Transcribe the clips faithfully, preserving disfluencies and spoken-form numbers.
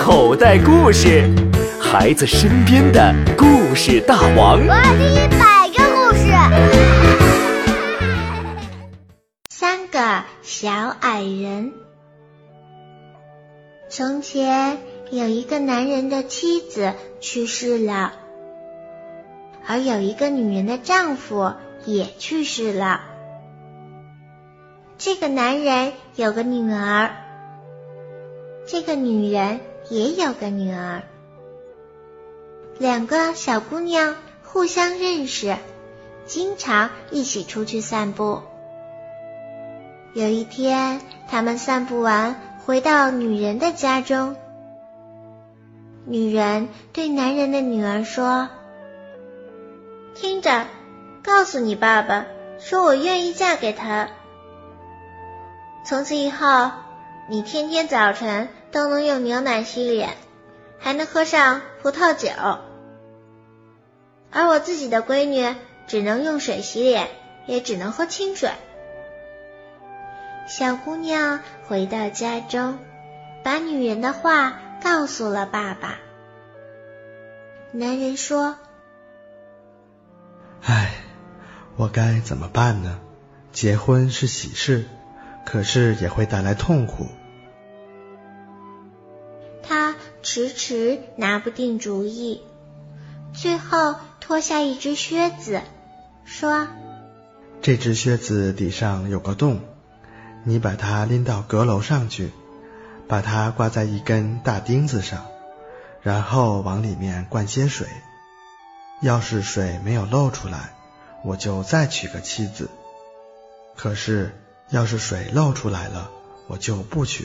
口袋故事，孩子身边的故事大王。 我要听一百个故事。 三个小矮人。从前有一个男人的妻子去世了，而有一个女人的丈夫也去世了。这个男人有个女儿，这个女人也有个女儿。两个小姑娘互相认识，经常一起出去散步。有一天，他们散步完，回到女人的家中。女人对男人的女儿说：“听着，告诉你爸爸，说我愿意嫁给他。从此以后，你天天早晨都能用牛奶洗脸，还能喝上葡萄酒。而我自己的闺女只能用水洗脸，也只能喝清水。”小姑娘回到家中，把女人的话告诉了爸爸。男人说：“ 唉，我该怎么办呢？结婚是喜事，可是也会带来痛苦。” 他迟迟拿不定主意，最后脱下一只靴子，说：“ 这只靴子底上有个洞，你把它拎到阁楼上去，把它挂在一根大钉子上，然后往里面灌些水。要是水没有漏出来，我就再娶个妻子。可是要是水漏出来了，我就不娶。”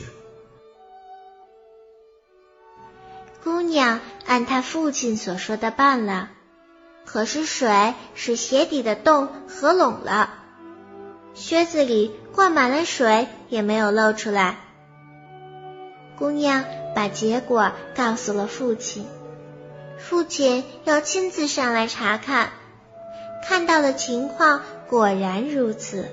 姑娘按她父亲所说的办了，可是水使鞋底的洞合拢了，靴子里灌满了水，也没有漏出来。姑娘把结果告诉了父亲，父亲要亲自上来查看，看到的情况果然如此，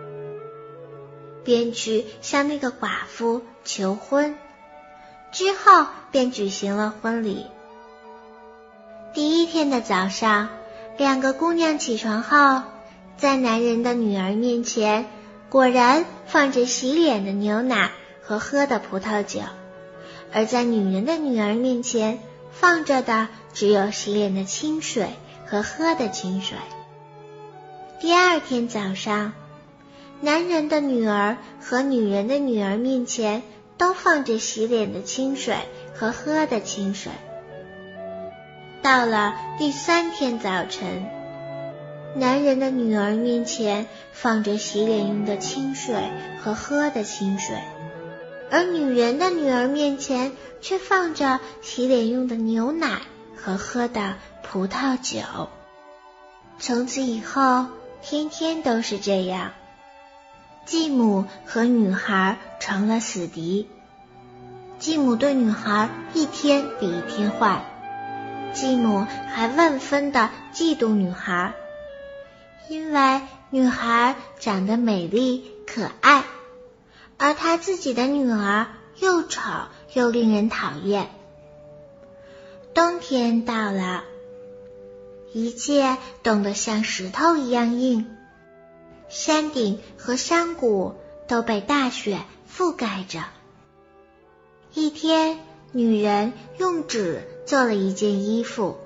便去向那个寡妇求婚，之后便举行了婚礼。第一天的早上，两个姑娘起床后，在男人的女儿面前果然放着洗脸的牛奶和喝的葡萄酒，而在女人的女儿面前放着的只有洗脸的清水和喝的清水。第二天早上，男人的女儿和女人的女儿面前都放着洗脸的清水和喝的清水。到了第三天早晨，男人的女儿面前放着洗脸用的清水和喝的清水，而女人的女儿面前却放着洗脸用的牛奶和喝的葡萄酒。从此以后，天天都是这样，继母和女孩成了死敌。继母对女孩一天比一天坏，继母还万分的嫉妒女孩，因为女孩长得美丽可爱，而她自己的女儿又丑又令人讨厌。冬天到了，一切冻得像石头一样硬，山顶和山谷都被大雪覆盖着。一天，女人用纸做了一件衣服，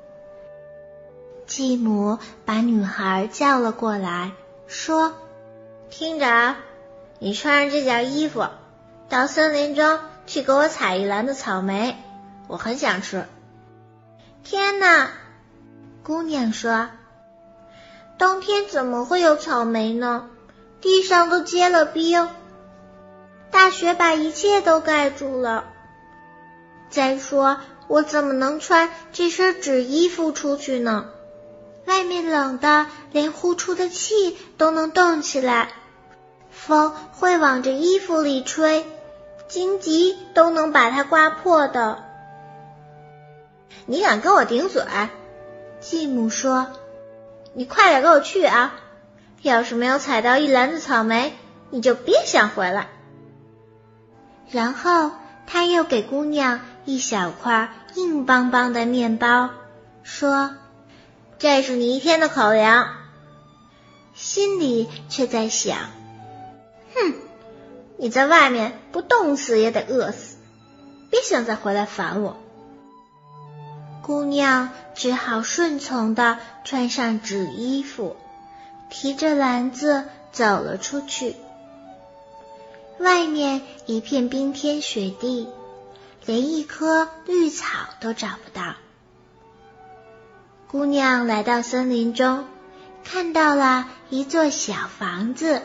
继母把女孩叫了过来，说：“听着啊，你穿上这件衣服，到森林中去给我采一篮子草莓，我很想吃。”天哪！姑娘说：“冬天怎么会有草莓呢？地上都结了冰，大雪把一切都盖住了。再说，我怎么能穿这身纸衣服出去呢？外面冷的连呼出的气都能动起来，风会往这衣服里吹，荆棘都能把它刮破的。”你敢跟我顶嘴？继母说：“你快点给我去啊！要是没有采到一篮子草莓，你就别想回来。”然后他又给姑娘一小块硬邦邦的面包，说：“这是你一天的口粮。”心里却在想：“哼，你在外面不冻死也得饿死，别想再回来烦我。”姑娘只好顺从地穿上纸衣服，提着篮子走了出去。外面一片冰天雪地，连一棵绿草都找不到。姑娘来到森林中，看到了一座小房子，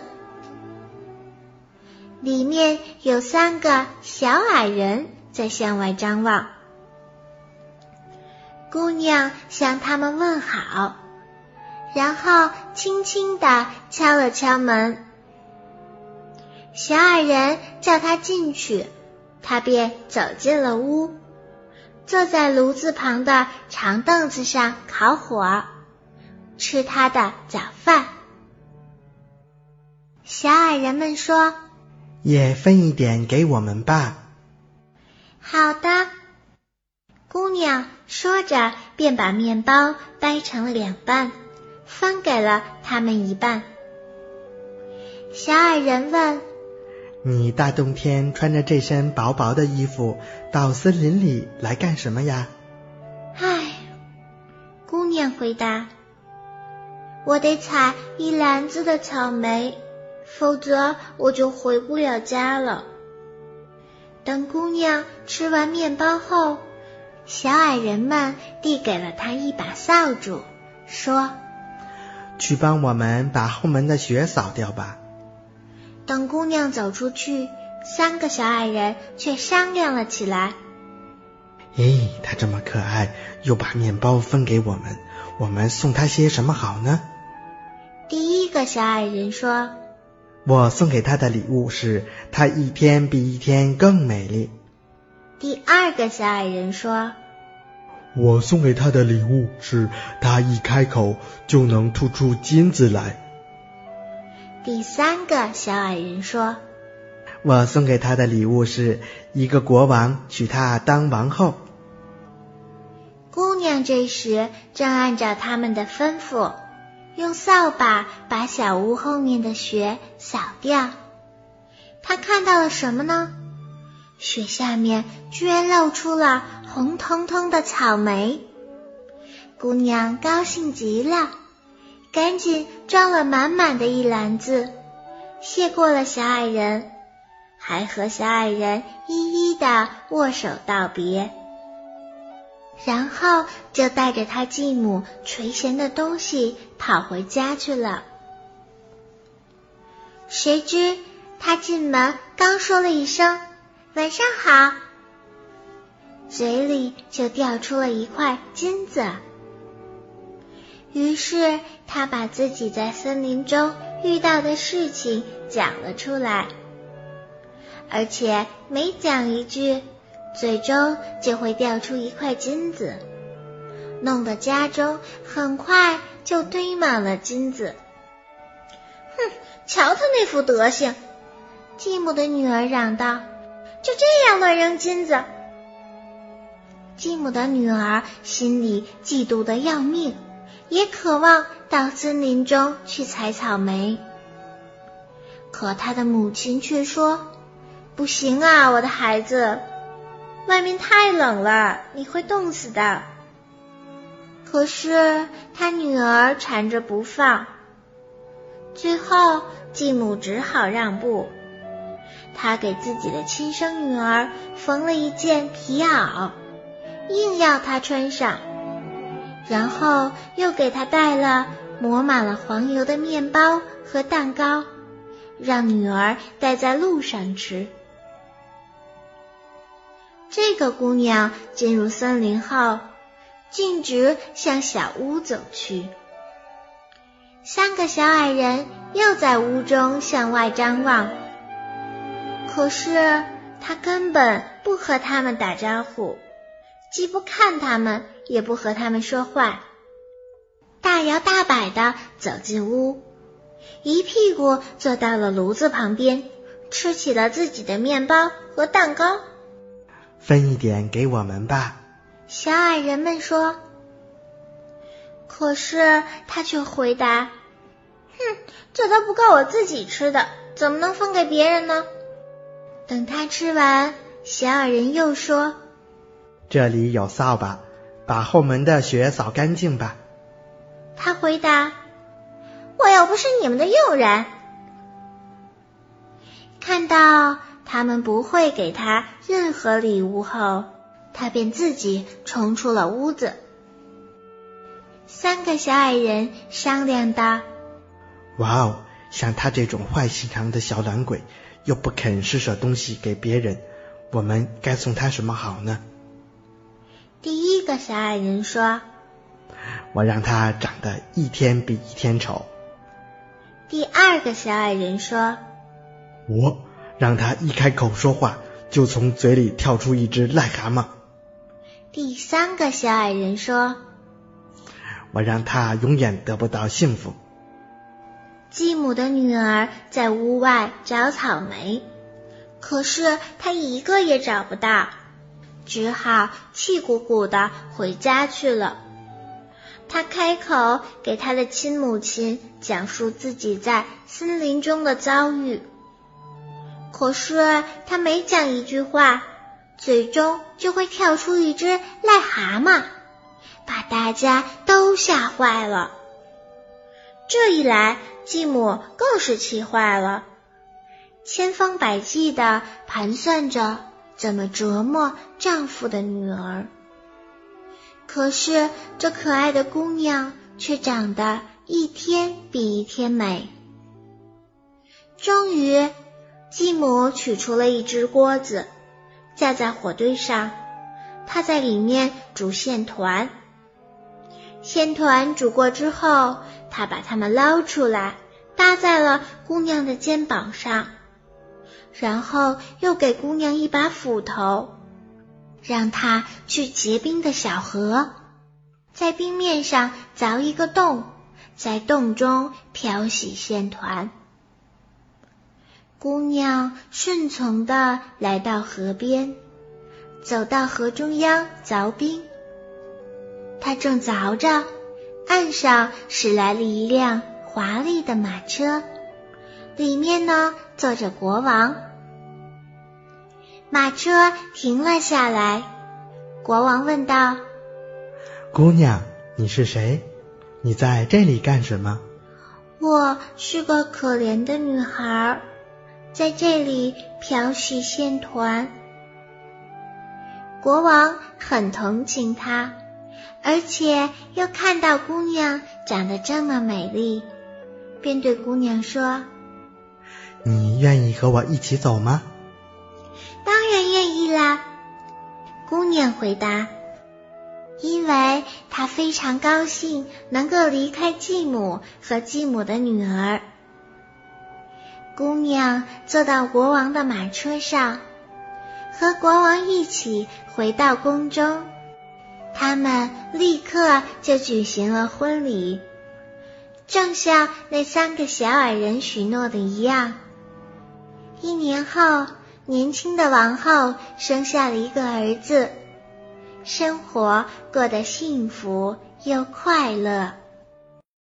里面有三个小矮人在向外张望。姑娘向他们问好，然后轻轻地敲了敲门。小矮人叫她进去，她便走进了屋，坐在炉子旁的长凳子上烤火，吃她的早饭。小矮人们说：“ 也分一点给我们吧。” 好的。姑娘说着便把面包掰成了两半，分给了他们一半。小矮人问：“ 你大冬天穿着这身薄薄的衣服到森林里来干什么呀？” 唉，姑娘回答：“我得采一篮子的草莓，否则我就回不了家了。”等姑娘吃完面包后，小矮人们递给了她一把扫帚，说：“ 去帮我们把后门的雪扫掉吧。” 等姑娘走出去，三个小矮人却商量了起来。 咦，她这么可爱，又把面包分给我们，我们送她些什么好呢？ 第一个小矮人说：“ 我送给她的礼物是，她一天比一天更美丽。” 第二个小矮人说：“ 我送给她的礼物是，她一开口就能吐出金子来。” 第三个小矮人说：“ 我送给她的礼物是，一个国王娶她当王后。” 姑娘这时正按照他们的吩咐，用扫把把小屋后面的雪扫掉。她看到了什么呢？雪下面居然露出了红彤彤的草莓。姑娘高兴极了，赶紧装了满满的一篮子，谢过了小矮人，还和小矮人一一的握手道别，然后就带着他继母垂涎的东西跑回家去了。谁知他进门刚说了一声晚上好，嘴里就掉出了一块金子。于是他把自己在森林中遇到的事情讲了出来，而且每讲一句，最终就会掉出一块金子，弄得家中很快就堆满了金子。哼，瞧他那副德行！继母的女儿嚷道，就这样乱扔金子。继母的女儿心里嫉妒得要命，也渴望到森林中去采草莓。可她的母亲却说，不行啊，我的孩子，外面太冷了，你会冻死的。可是她女儿缠着不放，最后继母只好让步。她给自己的亲生女儿缝了一件皮袄，硬要她穿上，然后又给她带了抹满了黄油的面包和蛋糕，让女儿带在路上吃。这个姑娘进入森林后，径直向小屋走去。三个小矮人又在屋中向外张望，可是她根本不和他们打招呼，既不看他们，也不和他们说话，大摇大摆地走进屋，一屁股坐到了炉子旁边，吃起了自己的面包和蛋糕。 分一点给我们吧。 小矮人们说。可是他却回答，哼，这都不够我自己吃的，怎么能分给别人呢？等他吃完，小矮人又说， 这里有扫把，把后门的雪扫干净吧。 他回答，我又不是你们的佣人。看到他们不会给他任何礼物后，他便自己冲出了屋子。三个小矮人商量道， 哇哦，像他这种坏心肠的小懒鬼，又不肯施舍东西给别人，我们该送他什么好呢？ 第一个小矮人说， 我让他长得一天比一天丑。 第二个小矮人说， 我让他一开口说话，就从嘴里跳出一只癞蛤蟆。 第三个小矮人说， 我让他永远得不到幸福。 继母的女儿在屋外找草莓，可是她一个也找不到，只好气鼓鼓地回家去了。她开口给她的亲母亲讲述自己在森林中的遭遇，可是她每讲一句话，嘴中就会跳出一只癞蛤蟆，把大家都吓坏了。这一来，继母更是气坏了，千方百计地盘算着怎么折磨丈夫的女儿。可是这可爱的姑娘却长得一天比一天美。终于，继母取出了一只锅子，架在火堆上，她在里面煮线团。线团煮过之后，她把它们捞出来，搭在了姑娘的肩膀上，然后又给姑娘一把斧头，让她去结冰的小河，在冰面上凿一个洞，在洞中漂洗线团。姑娘顺从地来到河边，走到河中央凿冰。她正凿着，岸上驶来了一辆华丽的马车，里面呢坐着国王。马车停了下来，国王问道： 姑娘，你是谁？你在这里干什么？ 我是个可怜的女孩，在这里漂洗线团。国王很同情她，而且又看到姑娘长得这么美丽，便对姑娘说： 你愿意和我一起走吗？ 当然愿意啦，姑娘回答，因为她非常高兴能够离开继母和继母的女儿。姑娘坐到国王的马车上，和国王一起回到宫中。他们立刻就举行了婚礼，正像那三个小矮人许诺的一样。一年后，年轻的王后生下了一个儿子，生活过得幸福又快乐。